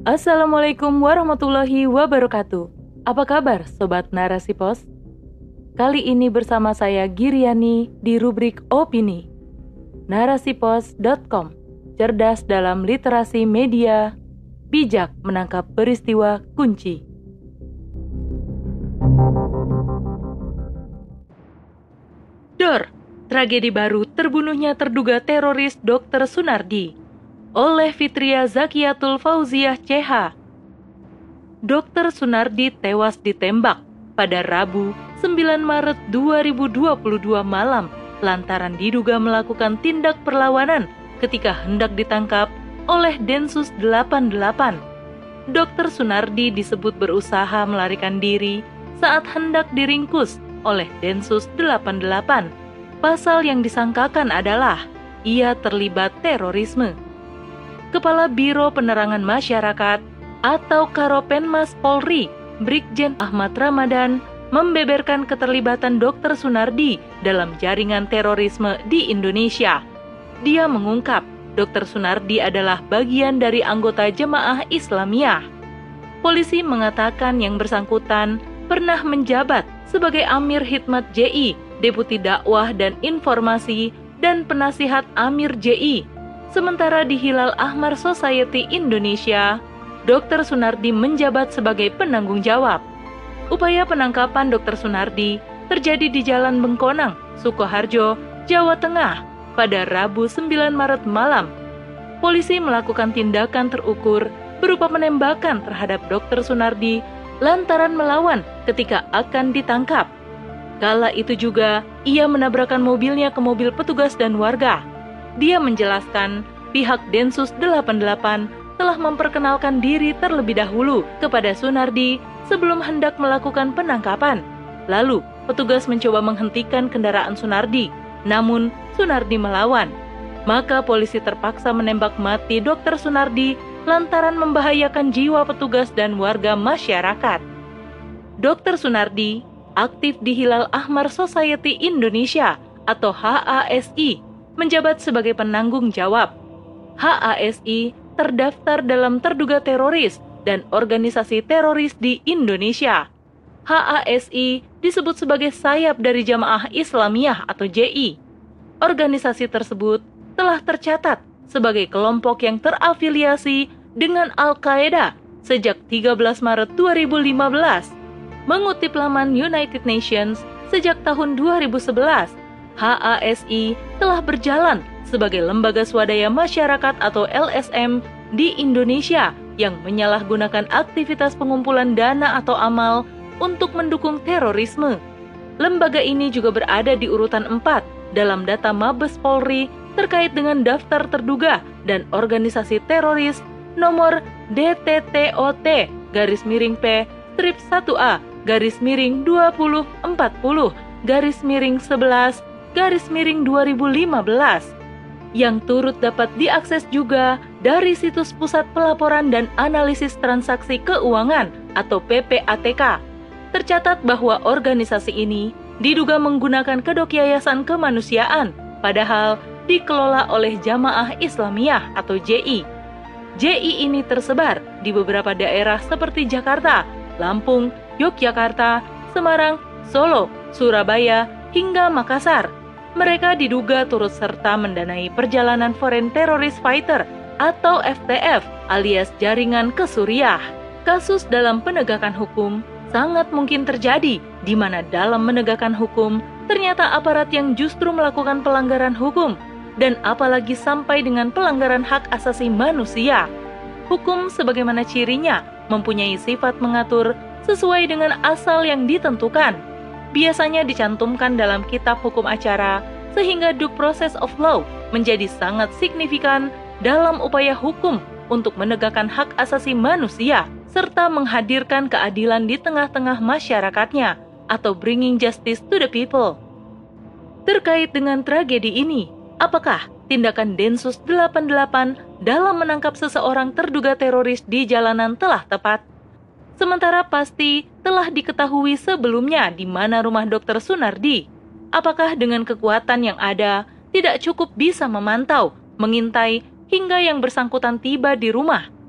Assalamualaikum warahmatullahi wabarakatuh. Apa kabar Sobat Narasi Pos? Kali ini bersama saya Giriani di rubrik Opini. Narasipos.com, cerdas dalam literasi media, bijak menangkap peristiwa kunci. Dor, tragedi baru terbunuhnya terduga teroris Dr. Sunardi oleh Fitria Zakiatul Fauziah CH. Dr. Sunardi tewas ditembak pada Rabu 9 Maret 2022 malam lantaran diduga melakukan tindak perlawanan ketika hendak ditangkap oleh Densus 88. Dr. Sunardi disebut berusaha melarikan diri saat hendak diringkus oleh Densus 88. Pasal yang disangkakan adalah ia terlibat terorisme. Kepala Biro Penerangan Masyarakat atau Karopenmas Polri, Brigjen Ahmad Ramadan, membeberkan keterlibatan Dr. Sunardi dalam jaringan terorisme di Indonesia. Dia mengungkap Dr. Sunardi adalah bagian dari anggota Jemaah Islamiyah. Polisi mengatakan yang bersangkutan pernah menjabat sebagai Amir Hikmat JI, Deputi Dakwah dan Informasi, dan Penasihat Amir JI. Sementara di Hilal Ahmar Society Indonesia, Dr. Sunardi menjabat sebagai penanggung jawab. Upaya penangkapan Dr. Sunardi terjadi di Jalan Bengkonang, Sukoharjo, Jawa Tengah pada Rabu 9 Maret malam. Polisi melakukan tindakan terukur berupa penembakan terhadap Dr. Sunardi lantaran melawan ketika akan ditangkap. Kala itu juga, ia menabrakkan mobilnya ke mobil petugas dan warga. Dia menjelaskan pihak Densus 88 telah memperkenalkan diri terlebih dahulu kepada Sunardi sebelum hendak melakukan penangkapan. Lalu, petugas mencoba menghentikan kendaraan Sunardi, namun Sunardi melawan. Maka polisi terpaksa menembak mati Dr. Sunardi lantaran membahayakan jiwa petugas dan warga masyarakat. Dr. Sunardi aktif di Hilal Ahmar Society Indonesia atau HASI, menjabat sebagai penanggung jawab. HASI terdaftar dalam terduga teroris dan organisasi teroris di Indonesia. HASI disebut sebagai sayap dari Jamaah Islamiyah atau JI. Organisasi tersebut telah tercatat sebagai kelompok yang terafiliasi dengan Al-Qaeda sejak 13 Maret 2015. Mengutip laman United Nations, sejak tahun 2011, HASI telah berjalan sebagai lembaga swadaya masyarakat atau LSM di Indonesia yang menyalahgunakan aktivitas pengumpulan dana atau amal untuk mendukung terorisme. Lembaga ini juga berada di urutan 4 dalam data Mabes Polri terkait dengan daftar terduga dan organisasi teroris nomor DTTOT-P-2040-11-2015 yang turut dapat diakses juga dari situs Pusat Pelaporan dan Analisis Transaksi Keuangan atau PPATK. Tercatat bahwa organisasi ini diduga menggunakan kedok yayasan kemanusiaan, padahal dikelola oleh Jamaah Islamiyah atau JI. JI ini tersebar di beberapa daerah seperti Jakarta, Lampung, Yogyakarta, Semarang, Solo, Surabaya, hingga Makassar. Mereka diduga turut serta mendanai perjalanan Foreign Terrorist Fighter atau FTF alias jaringan ke Suriah. Kasus dalam penegakan hukum sangat mungkin terjadi di mana dalam menegakkan hukum ternyata aparat yang justru melakukan pelanggaran hukum dan apalagi sampai dengan pelanggaran hak asasi manusia. Hukum sebagaimana cirinya mempunyai sifat mengatur sesuai dengan asal yang ditentukan. Biasanya dicantumkan dalam kitab hukum acara, sehingga due process of law menjadi sangat signifikan dalam upaya hukum untuk menegakkan hak asasi manusia, serta menghadirkan keadilan di tengah-tengah masyarakatnya, atau bringing justice to the people. Terkait dengan tragedi ini, apakah tindakan Densus 88 dalam menangkap seseorang terduga teroris di jalanan telah tepat? Sementara pasti telah diketahui sebelumnya di mana rumah Dr. Sunardi. Apakah dengan kekuatan yang ada tidak cukup bisa memantau, mengintai hingga yang bersangkutan tiba di rumah?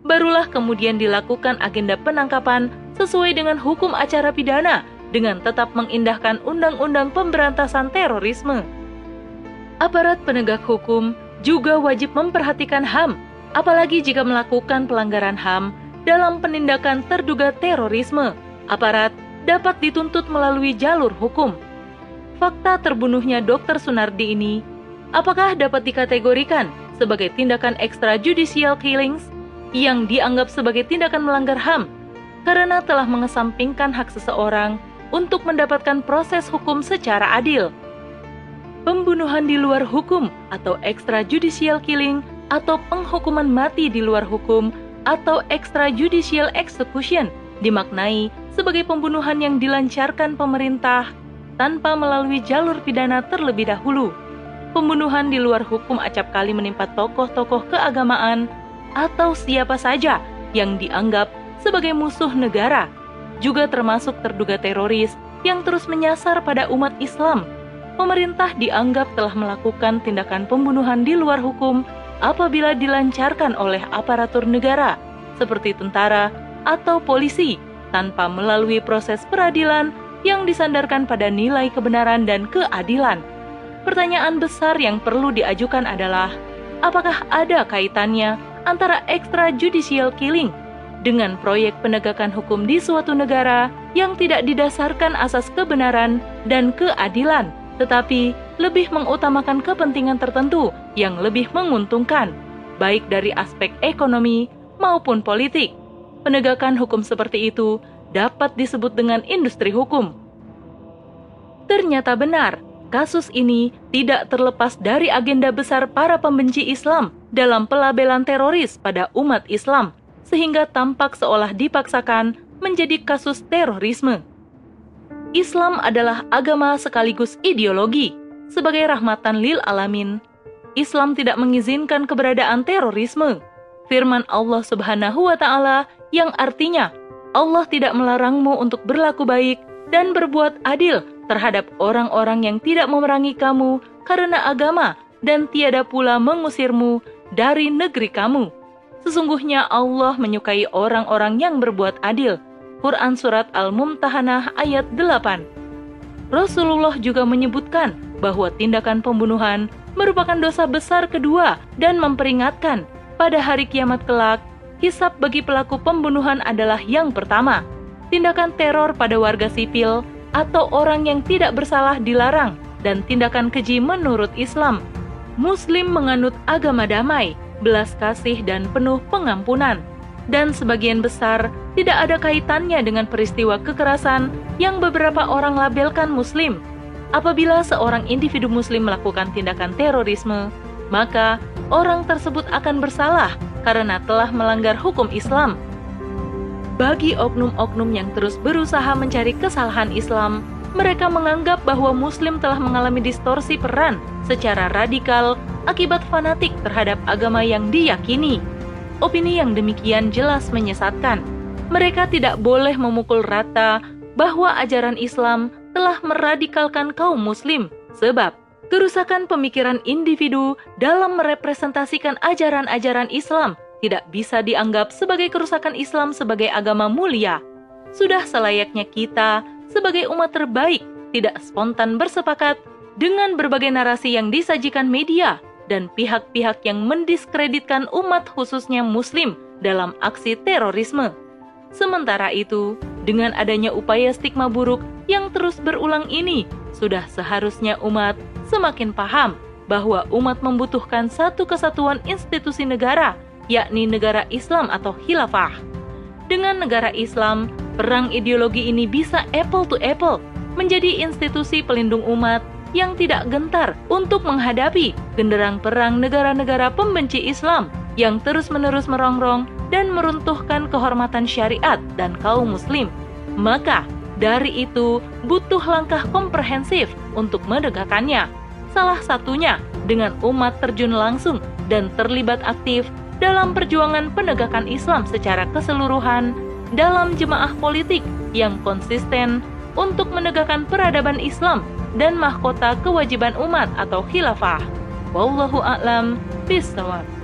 barulah kemudian dilakukan agenda penangkapan sesuai dengan hukum acara pidana dengan tetap mengindahkan Undang-Undang Pemberantasan Terorisme. Aparat penegak hukum juga wajib memperhatikan HAM, apalagi jika melakukan pelanggaran HAM dalam penindakan terduga terorisme. Aparat dapat dituntut melalui jalur hukum. Fakta terbunuhnya Dr. Sunardi ini, apakah dapat dikategorikan sebagai tindakan extrajudicial killings yang dianggap sebagai tindakan melanggar HAM karena telah mengesampingkan hak seseorang untuk mendapatkan proses hukum secara adil? Pembunuhan di luar hukum atau extrajudicial killing atau penghukuman mati di luar hukum atau extrajudicial execution dimaknai sebagai pembunuhan yang dilancarkan pemerintah tanpa melalui jalur pidana terlebih dahulu. Pembunuhan di luar hukum acap kali menimpa tokoh-tokoh keagamaan atau siapa saja yang dianggap sebagai musuh negara, juga termasuk terduga teroris yang terus menyasar pada umat Islam. Pemerintah dianggap telah melakukan tindakan pembunuhan di luar hukum apabila dilancarkan oleh aparatur negara, seperti tentara atau polisi, tanpa melalui proses peradilan yang disandarkan pada nilai kebenaran dan keadilan. Pertanyaan besar yang perlu diajukan adalah, apakah ada kaitannya antara extrajudicial killing dengan proyek penegakan hukum di suatu negara yang tidak didasarkan asas kebenaran dan keadilan, tetapi lebih mengutamakan kepentingan tertentu yang lebih menguntungkan, baik dari aspek ekonomi maupun politik? Penegakan hukum seperti itu dapat disebut dengan industri hukum. Ternyata benar, kasus ini tidak terlepas dari agenda besar para pembenci Islam dalam pelabelan teroris pada umat Islam, sehingga tampak seolah dipaksakan menjadi kasus terorisme. Islam adalah agama sekaligus ideologi. Sebagai rahmatan lil alamin, Islam tidak mengizinkan keberadaan terorisme. Firman Allah Subhanahu wa Ta'ala yang artinya, Allah tidak melarangmu untuk berlaku baik dan berbuat adil terhadap orang-orang yang tidak memerangi kamu karena agama dan tiada pula mengusirmu dari negeri kamu. Sesungguhnya Allah menyukai orang-orang yang berbuat adil. Quran Surat Al-Mumtahanah ayat 8. Rasulullah juga menyebutkan bahwa tindakan pembunuhan merupakan dosa besar kedua dan memperingatkan pada hari kiamat kelak, hisab bagi pelaku pembunuhan adalah yang pertama. Tindakan teror pada warga sipil atau orang yang tidak bersalah dilarang dan tindakan keji menurut Islam. Muslim menganut agama damai, belas kasih dan penuh pengampunan, dan sebagian besar tidak ada kaitannya dengan peristiwa kekerasan yang beberapa orang labelkan Muslim. Apabila seorang individu Muslim melakukan tindakan terorisme, maka orang tersebut akan bersalah karena telah melanggar hukum Islam. Bagi oknum-oknum yang terus berusaha mencari kesalahan Islam, mereka menganggap bahwa Muslim telah mengalami distorsi peran secara radikal akibat fanatik terhadap agama yang diyakini. Opini yang demikian jelas menyesatkan. Mereka tidak boleh memukul rata bahwa ajaran Islam telah meradikalkan kaum Muslim, sebab kerusakan pemikiran individu dalam merepresentasikan ajaran-ajaran Islam tidak bisa dianggap sebagai kerusakan Islam sebagai agama mulia. Sudah selayaknya kita sebagai umat terbaik tidak spontan bersepakat dengan berbagai narasi yang disajikan media dan pihak-pihak yang mendiskreditkan umat khususnya Muslim dalam aksi terorisme. Sementara itu, dengan adanya upaya stigma buruk yang terus berulang ini, sudah seharusnya umat semakin paham bahwa umat membutuhkan satu kesatuan institusi negara, yakni negara Islam atau khilafah. Dengan negara Islam, perang ideologi ini bisa apple to apple, menjadi institusi pelindung umat yang tidak gentar untuk menghadapi genderang perang negara-negara pembenci Islam yang terus-menerus merongrong dan meruntuhkan kehormatan syariat dan kaum Muslim. Maka, dari itu butuh langkah komprehensif untuk menegakkannya. Salah satunya dengan umat terjun langsung dan terlibat aktif dalam perjuangan penegakan Islam secara keseluruhan dalam jemaah politik yang konsisten untuk menegakkan peradaban Islam dan mahkota kewajiban umat atau khilafah. Wallahu a'lam bishawab.